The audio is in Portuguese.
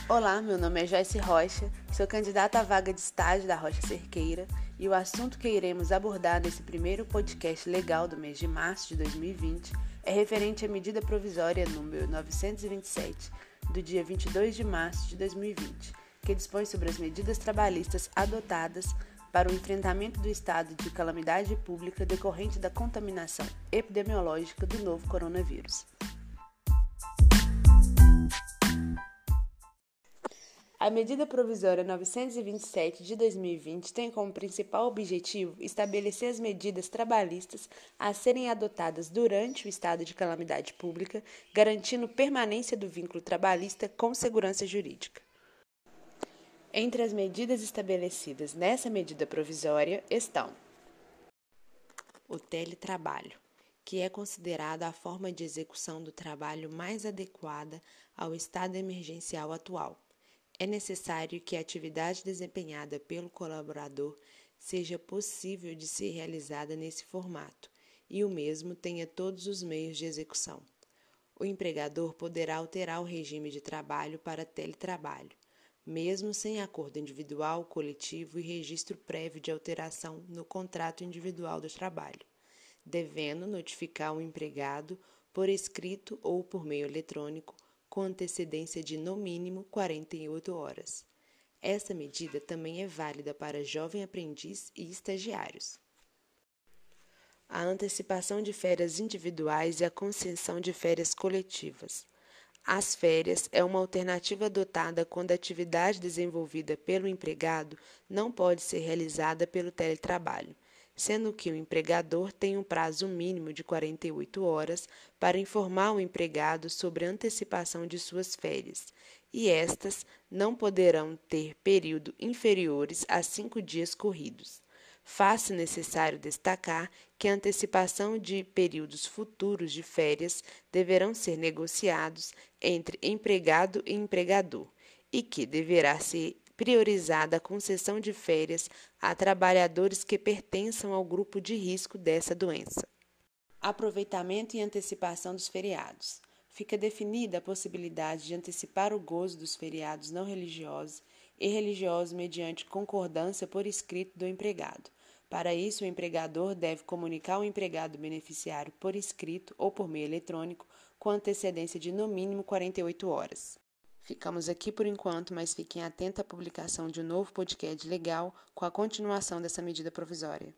Olá, meu nome é Joyce Rocha, sou candidata à vaga de estágio da Rocha Cerqueira e o assunto que iremos abordar nesse primeiro podcast legal do mês de março de 2020 é referente à medida provisória número 927, do dia 22 de março de 2020, que dispõe sobre as medidas trabalhistas adotadas para o enfrentamento do estado de calamidade pública decorrente da contaminação epidemiológica do novo coronavírus. A medida provisória 927 de 2020 tem como principal objetivo estabelecer as medidas trabalhistas a serem adotadas durante o estado de calamidade pública, garantindo permanência do vínculo trabalhista com segurança jurídica. Entre as medidas estabelecidas nessa medida provisória estão o teletrabalho, que é considerada a forma de execução do trabalho mais adequada ao estado emergencial atual. É necessário que a atividade desempenhada pelo colaborador seja possível de ser realizada nesse formato e o mesmo tenha todos os meios de execução. O empregador poderá alterar o regime de trabalho para teletrabalho, mesmo sem acordo individual, coletivo e registro prévio de alteração no contrato individual do trabalho, devendo notificar o empregado por escrito ou por meio eletrônico com antecedência de, no mínimo, 48 horas. Essa medida também é válida para jovem aprendiz e estagiários. A antecipação de férias individuais e a concessão de férias coletivas. As férias é uma alternativa adotada quando a atividade desenvolvida pelo empregado não pode ser realizada pelo teletrabalho, sendo que o empregador tem um prazo mínimo de 48 horas para informar o empregado sobre a antecipação de suas férias, e estas não poderão ter período inferiores a 5 dias corridos. Faz-se necessário destacar que a antecipação de períodos futuros de férias deverão ser negociados entre empregado e empregador, e que deverá ser priorizada a concessão de férias a trabalhadores que pertençam ao grupo de risco dessa doença. Aproveitamento e antecipação dos feriados. Fica definida a possibilidade de antecipar o gozo dos feriados não religiosos e religiosos mediante concordância por escrito do empregado. Para isso, o empregador deve comunicar ao empregado beneficiário por escrito ou por meio eletrônico com antecedência de no mínimo 48 horas. Ficamos aqui por enquanto, mas fiquem atentos à publicação de um novo podcast legal com a continuação dessa medida provisória.